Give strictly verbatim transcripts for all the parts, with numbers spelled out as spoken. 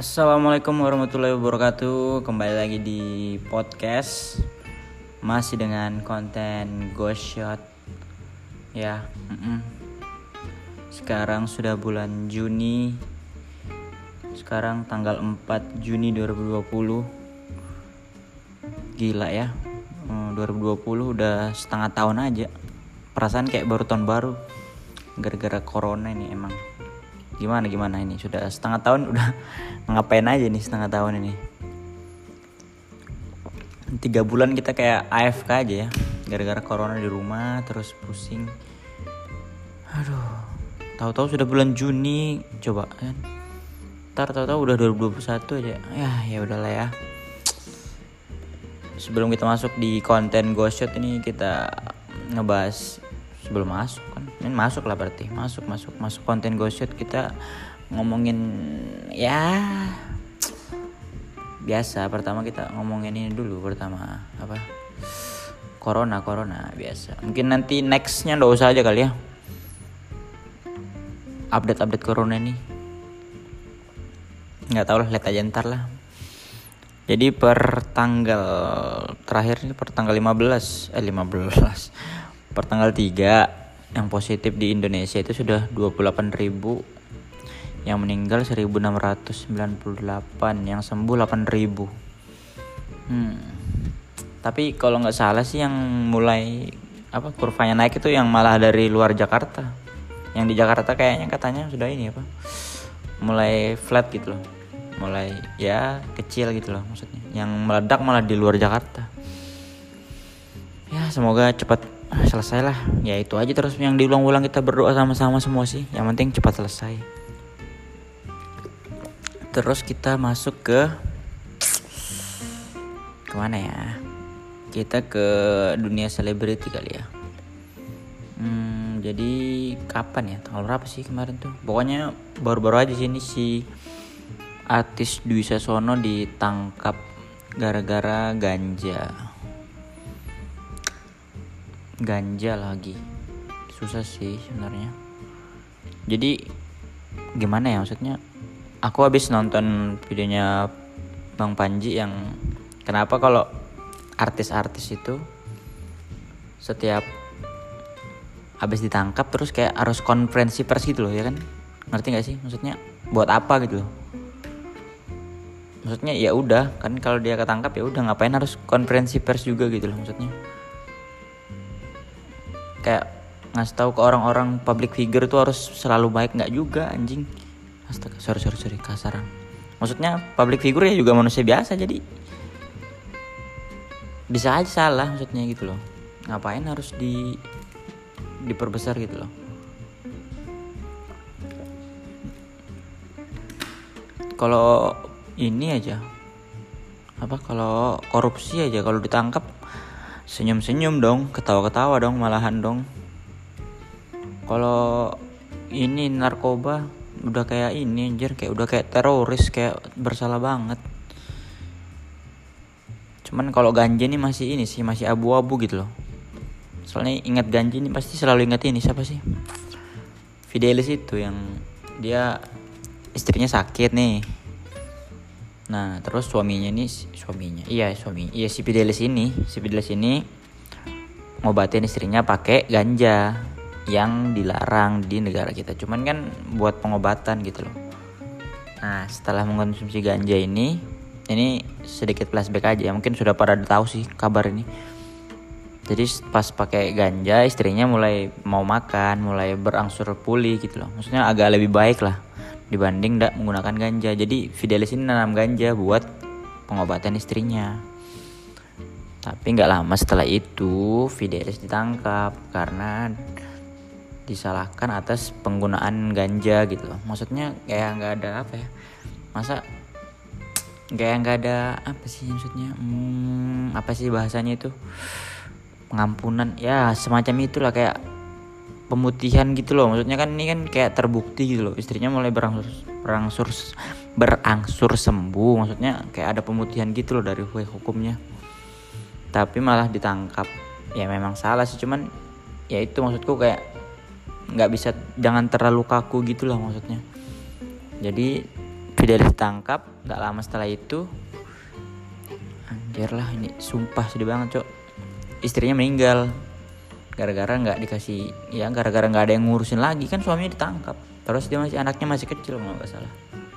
Assalamualaikum warahmatullahi wabarakatuh. Kembali lagi di podcast, masih dengan konten Ghost Shot. Ya, mm-mm. Sekarang sudah bulan Juni. Sekarang tanggal empat Juni dua ribu dua puluh. Gila ya, dua ribu dua puluh udah setengah tahun aja. Perasaan kayak baru tahun baru, gara-gara corona ini emang. Gimana gimana ini sudah setengah tahun, udah ngapain aja nih setengah tahun ini. Tiga bulan kita kayak A F K aja ya, gara-gara corona di rumah terus pusing. Aduh, tahu-tahu sudah bulan Juni, coba kan. Ntar tahu-tahu udah dua ribu dua puluh satu aja. Ya ya udahlah ya. Sebelum kita masuk di konten Ghost Shot ini, kita ngebahas sebelum masuk kan. Ini masuk lah berarti. Masuk masuk masuk konten Ghost Shot, kita ngomongin ya biasa. Pertama kita ngomongin ini dulu pertama apa? Corona corona biasa. Mungkin nanti nextnya nggak usah aja kali ya. Update-update corona ini. Nggak tahu lah, lihat aja ntar lah. Jadi per tanggal terakhir ini per tanggal lima belas eh lima belas per tanggal tiga yang positif di Indonesia itu sudah dua puluh delapan ribu, yang meninggal seribu enam ratus sembilan puluh delapan, yang sembuh delapan ribu. Hmm. Tapi kalau nggak salah sih yang mulai apa kurvanya naik itu yang malah dari luar Jakarta. Yang di Jakarta kayaknya katanya sudah ini apa? Mulai flat gitu loh. Mulai ya kecil gitu loh maksudnya. Yang meledak malah di luar Jakarta. Ya semoga cepat selesai lah. Ya itu aja terus yang diulang-ulang, kita berdoa sama-sama semua sih. Yang penting cepat selesai. Terus kita masuk ke kemana ya? Kita ke dunia selebriti kali ya. Hmm, jadi kapan ya? Tanggal berapa sih kemarin tuh? Pokoknya baru-baru aja sini si artis Dwi Sasono ditangkap gara-gara ganja. Ganja lagi. Susah sih sebenarnya. Jadi gimana ya maksudnya? Aku habis nonton videonya Bang Panji yang kenapa kalau artis-artis itu setiap habis ditangkap terus kayak harus konferensi pers gitu loh ya kan? Ngerti gak sih? Maksudnya buat apa gitu loh? Maksudnya ya udah kan kalau dia ketangkap ya udah, ngapain harus konferensi pers juga gitu loh maksudnya. Kayak ngasih tahu ke orang-orang public figure tuh harus selalu baik, nggak juga anjing. Astaga, sorry sorry sorry kasaran. Maksudnya public figure ya juga manusia biasa, jadi bisa aja salah maksudnya gitu loh. Ngapain harus di diperbesar gitu loh. Kalau ini aja apa kalau korupsi aja kalau ditangkap senyum-senyum dong, ketawa-ketawa dong malahan dong. Kalau ini narkoba udah kayak ini anjir, kayak udah kayak teroris, kayak bersalah banget. Cuman kalau ganja ini masih ini sih, masih abu-abu gitu loh. Soalnya ingat ganja ini pasti selalu ingat ini siapa sih? Fidelis itu yang dia istrinya sakit nih. Nah, terus suaminya nih, suaminya, iya suami, iya si Fidelis ini, si Fidelis ini ngobatin istrinya pakai ganja yang dilarang di negara kita. Cuman kan buat pengobatan gitu loh. Nah, setelah mengkonsumsi ganja ini, ini sedikit flashback aja, mungkin sudah pada tahu sih kabar ini. Jadi pas pakai ganja, istrinya mulai mau makan, mulai berangsur pulih gitu loh. Maksudnya agak lebih baik lah dibanding tidak menggunakan ganja. Jadi Fidelis ini nanam ganja buat pengobatan istrinya. Tapi nggak lama setelah itu Fidelis ditangkap karena disalahkan atas penggunaan ganja gitu loh. Maksudnya kayak nggak ada apa ya? Masa kayak nggak ada apa sih maksudnya? Hmm, apa sih bahasanya itu? Pengampunan ya semacam itulah, kayak pemutihan gitu loh. Maksudnya kan ini kan kayak terbukti gitu loh, istrinya mulai berangsur berangsur berangsur sembuh. Maksudnya kayak ada pemutihan gitu loh dari hukumnya. Tapi malah ditangkap. Ya memang salah sih, cuman ya itu maksudku kayak nggak bisa, jangan terlalu kaku gitu loh maksudnya. Jadi Fidelis ditangkap. Nggak lama setelah itu, anjir lah ini sumpah sedih banget cok, istrinya meninggal gara-gara nggak dikasih, ya gara-gara nggak ada yang ngurusin lagi kan, suaminya ditangkap terus dia masih anaknya masih kecil kalau nggak salah,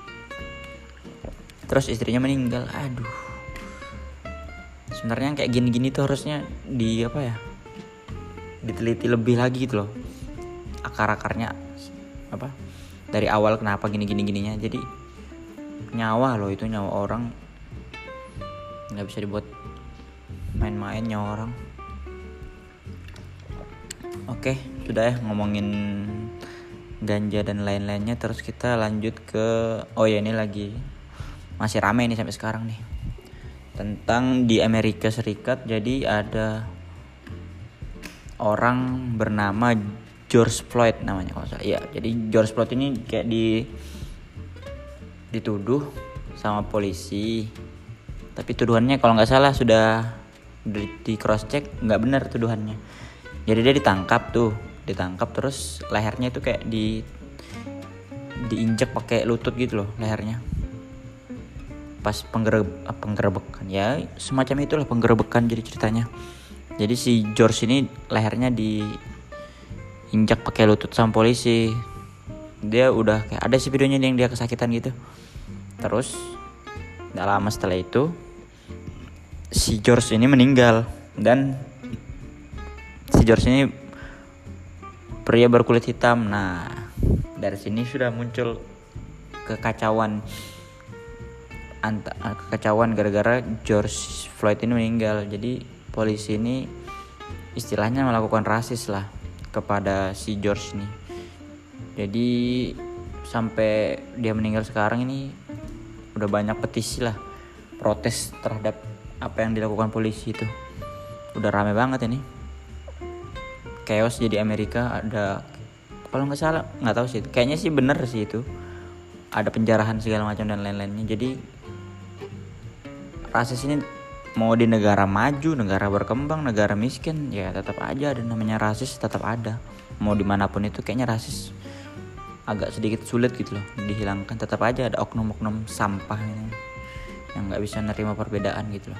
terus istrinya meninggal. Aduh, sebenarnya kayak gini-gini tuh harusnya di apa ya, diteliti lebih lagi gitu loh, akar-akarnya apa dari awal kenapa gini-gini gininya. Jadi nyawa loh itu, nyawa orang nggak bisa dibuat main-main nyawa orang. Oke, sudah ya ngomongin ganja dan lain-lainnya. Terus kita lanjut ke, oh ya ini lagi masih rame nih sampai sekarang nih, tentang di Amerika Serikat. Jadi ada orang bernama George Floyd namanya kalau salah. Iya, jadi George Floyd ini kayak di dituduh sama polisi. Tapi tuduhannya kalau nggak salah sudah di, di cross check nggak benar tuduhannya. Jadi dia ditangkap tuh, ditangkap terus lehernya itu kayak di diinjek pakai lutut gitu loh lehernya. Pas penggereb penggerebekan ya semacam itulah penggerebekan jadi ceritanya. Jadi si George ini lehernya diinjak pakai lutut sama polisi. Dia udah kayak ada sih videonya yang dia kesakitan gitu. Terus nggak lama setelah itu si George ini meninggal, dan si George ini pria berkulit hitam. Nah, dari sini sudah muncul kekacauan anta, kekacauan gara-gara George Floyd ini meninggal. Jadi polisi ini istilahnya melakukan rasis lah kepada si George ini. Jadi sampai dia meninggal sekarang ini udah banyak petisi lah protes terhadap apa yang dilakukan polisi itu. Udah rame banget ini, chaos jadi Amerika. Ada kalau nggak salah, nggak tahu sih, kayaknya sih bener sih itu, ada penjarahan segala macam dan lain-lainnya. Jadi rasis ini mau di negara maju, negara berkembang, negara miskin, ya tetap aja ada namanya rasis, tetap ada. Mau dimanapun itu kayaknya rasis agak sedikit sulit gitu loh dihilangkan. Tetap aja ada oknum-oknum sampah ini yang nggak bisa nerima perbedaan gitu loh.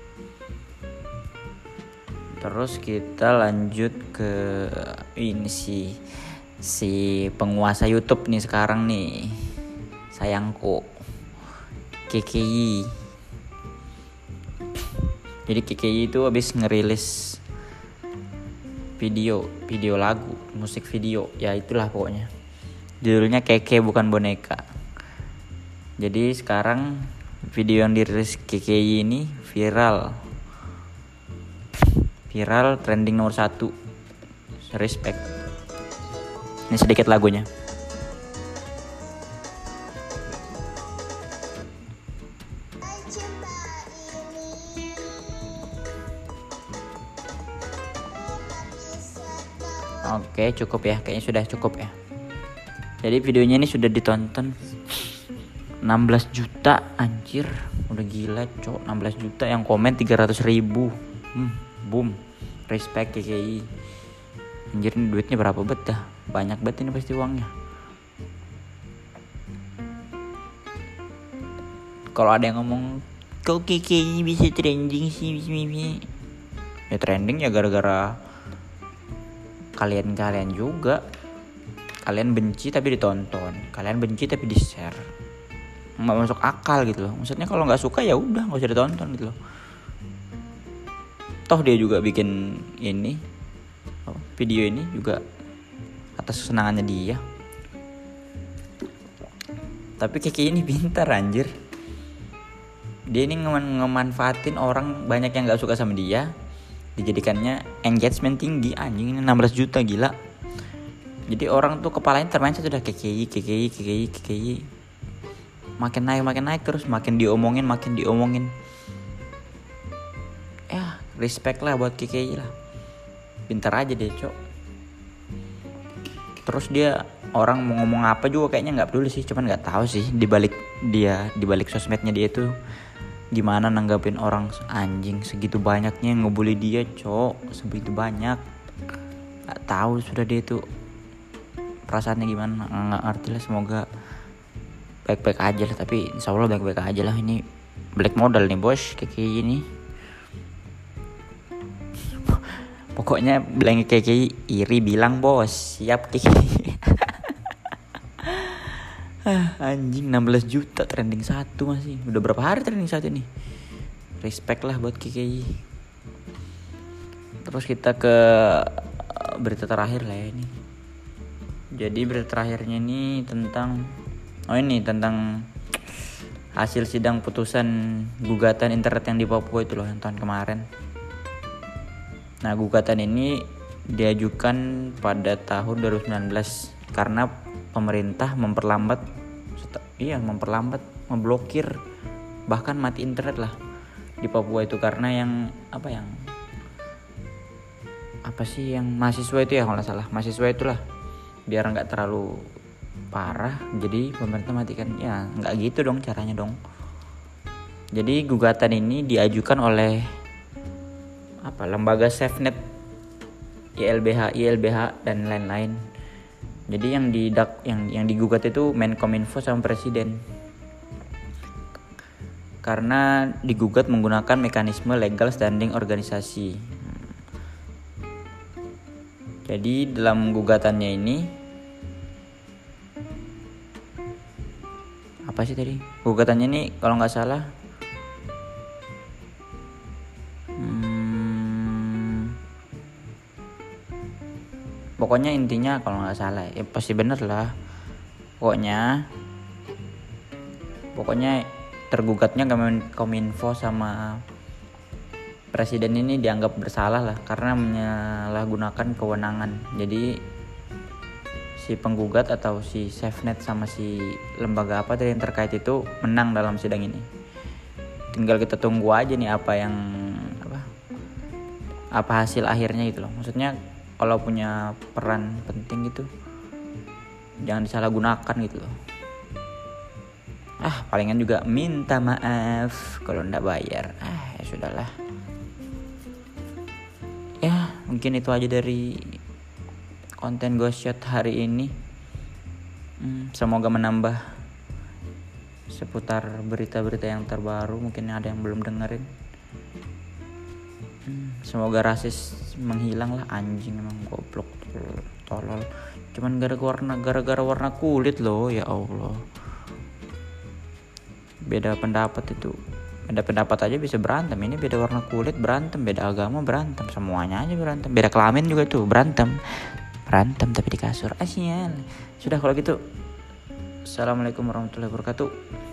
Terus kita lanjut ke ini si si penguasa YouTube nih sekarang nih, sayangku, K K Y. Jadi K K Y itu habis ngerilis video, video lagu, musik video, ya itulah pokoknya. Judulnya Keke bukan boneka. Jadi sekarang video yang dirilis K K Y ini viral, viral trending nomor satu. Respect. Ini sedikit lagunya. Oke, cukup ya, kayaknya sudah cukup ya. Jadi videonya ini sudah ditonton enam belas juta, anjir, udah gila cok, enam belas juta, yang komen tiga ratus ribu. Hmm, boom, respect K K Y. Anjir, ini duitnya berapa bet dah, banyak bet ini pasti uangnya. Kalau ada yang ngomong kok K K Y bisa trending sih, ya trending ya gara-gara kalian-kalian juga. Kalian benci tapi ditonton, kalian benci tapi di-share. Nggak masuk akal gitu loh. Maksudnya kalau nggak suka ya udah nggak usah ditonton gitu loh. Toh dia juga bikin ini, video ini juga atas kesenangannya dia. Tapi K K Y ini pintar anjir. Dia ini ngemanfaatin orang banyak yang nggak suka sama dia, dijadikannya engagement tinggi. Anjing, ini enam belas juta, gila. Jadi orang tuh kepalanya termancing sudah K K Y, K K Y, K K Y, K K Y. Makin naik, makin naik terus, makin diomongin, makin diomongin. Ya, respect lah buat K K Y lah. Pintar aja deh, cok. Terus dia orang mau ngomong apa juga kayaknya nggak peduli sih, cuman nggak tahu sih dibalik dia, dibalik sosmednya dia tuh gimana nanggapin orang. Anjing, segitu banyaknya yang ngebully dia, cok, segitu banyak. Nggak tahu sudah dia tuh perasaannya gimana, nggak ngerti lah. Semoga baik-baik aja lah, tapi insya Allah baik-baik aja lah. Ini black modal nih bos, kayak gini. Pokoknya bilang kayak iri bilang bos, siap kayak anjing enam belas juta trending satu masih. Udah berapa hari trending satu ini? Respect lah buat Kiki. Terus kita ke berita terakhir lah ya ini. Jadi berita terakhirnya ini tentang oh ini tentang hasil sidang putusan gugatan internet yang di Papua itu loh, yang tahun kemarin. Nah, gugatan ini diajukan pada tahun dua ribu sembilan belas karena pemerintah memperlambat iya memperlambat memblokir bahkan mati internet lah di Papua itu, karena yang apa yang apa sih yang mahasiswa itu ya, kalau nggak salah mahasiswa itulah, biar nggak terlalu parah jadi pemerintah matikan. Ya nggak gitu dong caranya dong. Jadi gugatan ini diajukan oleh apa lembaga SafeNet, I L B H, I L B H dan lain-lain. Jadi yang didak yang yang digugat itu Menkominfo sama Presiden. Karena digugat menggunakan mekanisme legal standing organisasi. Jadi dalam gugatannya ini apa sih tadi? Gugatannya ini kalau nggak salah pokoknya intinya kalau nggak salah ya pasti bener lah, pokoknya pokoknya tergugatnya Kominfo sama Presiden ini dianggap bersalah lah karena menyalahgunakan kewenangan. Jadi si penggugat atau si SafeNet sama si lembaga apa tadi yang terkait itu menang dalam sidang ini. Tinggal kita tunggu aja nih apa yang apa apa hasil akhirnya gitu loh. Maksudnya kalau punya peran penting gitu jangan disalahgunakan gitu loh. Ah palingan juga minta maaf kalau ndak bayar. Ah ya sudahlah. Ya mungkin itu aja dari konten Ghost hari ini. hmm, Semoga menambah seputar berita-berita yang terbaru. Mungkin ada yang belum dengerin. Semoga rasis menghilang lah, anjing emang goblok tolol. Cuman gara-gara warna gara-gara warna kulit loh, ya Allah. Beda pendapat itu. Beda pendapat aja bisa berantem. Ini beda warna kulit berantem, beda agama berantem, semuanya aja berantem. Beda kelamin juga tuh berantem. Berantem tapi di kasur. Asyik. Sudah kalau gitu. Assalamualaikum warahmatullahi wabarakatuh.